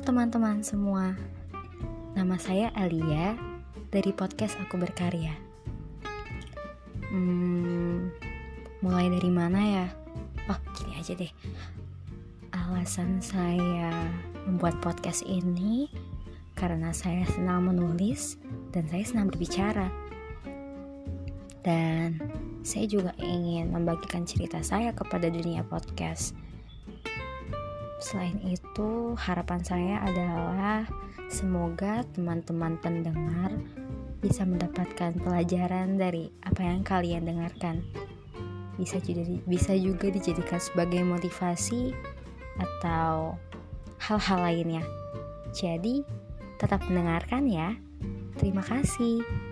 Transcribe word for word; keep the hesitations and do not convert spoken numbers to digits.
teman-teman semua, nama saya Alia dari podcast Aku Berkarya. Hmm, mulai dari mana ya? Oh, gini aja deh. Alasan saya membuat podcast ini karena saya senang menulis dan saya senang berbicara. Dan saya juga ingin membagikan cerita saya kepada dunia podcast. Selain itu, harapan saya adalah semoga teman-teman pendengar bisa mendapatkan pelajaran dari apa yang kalian dengarkan. Bisa juga, bisa juga dijadikan sebagai motivasi atau hal-hal lainnya. Jadi, tetap mendengarkan ya. Terima kasih.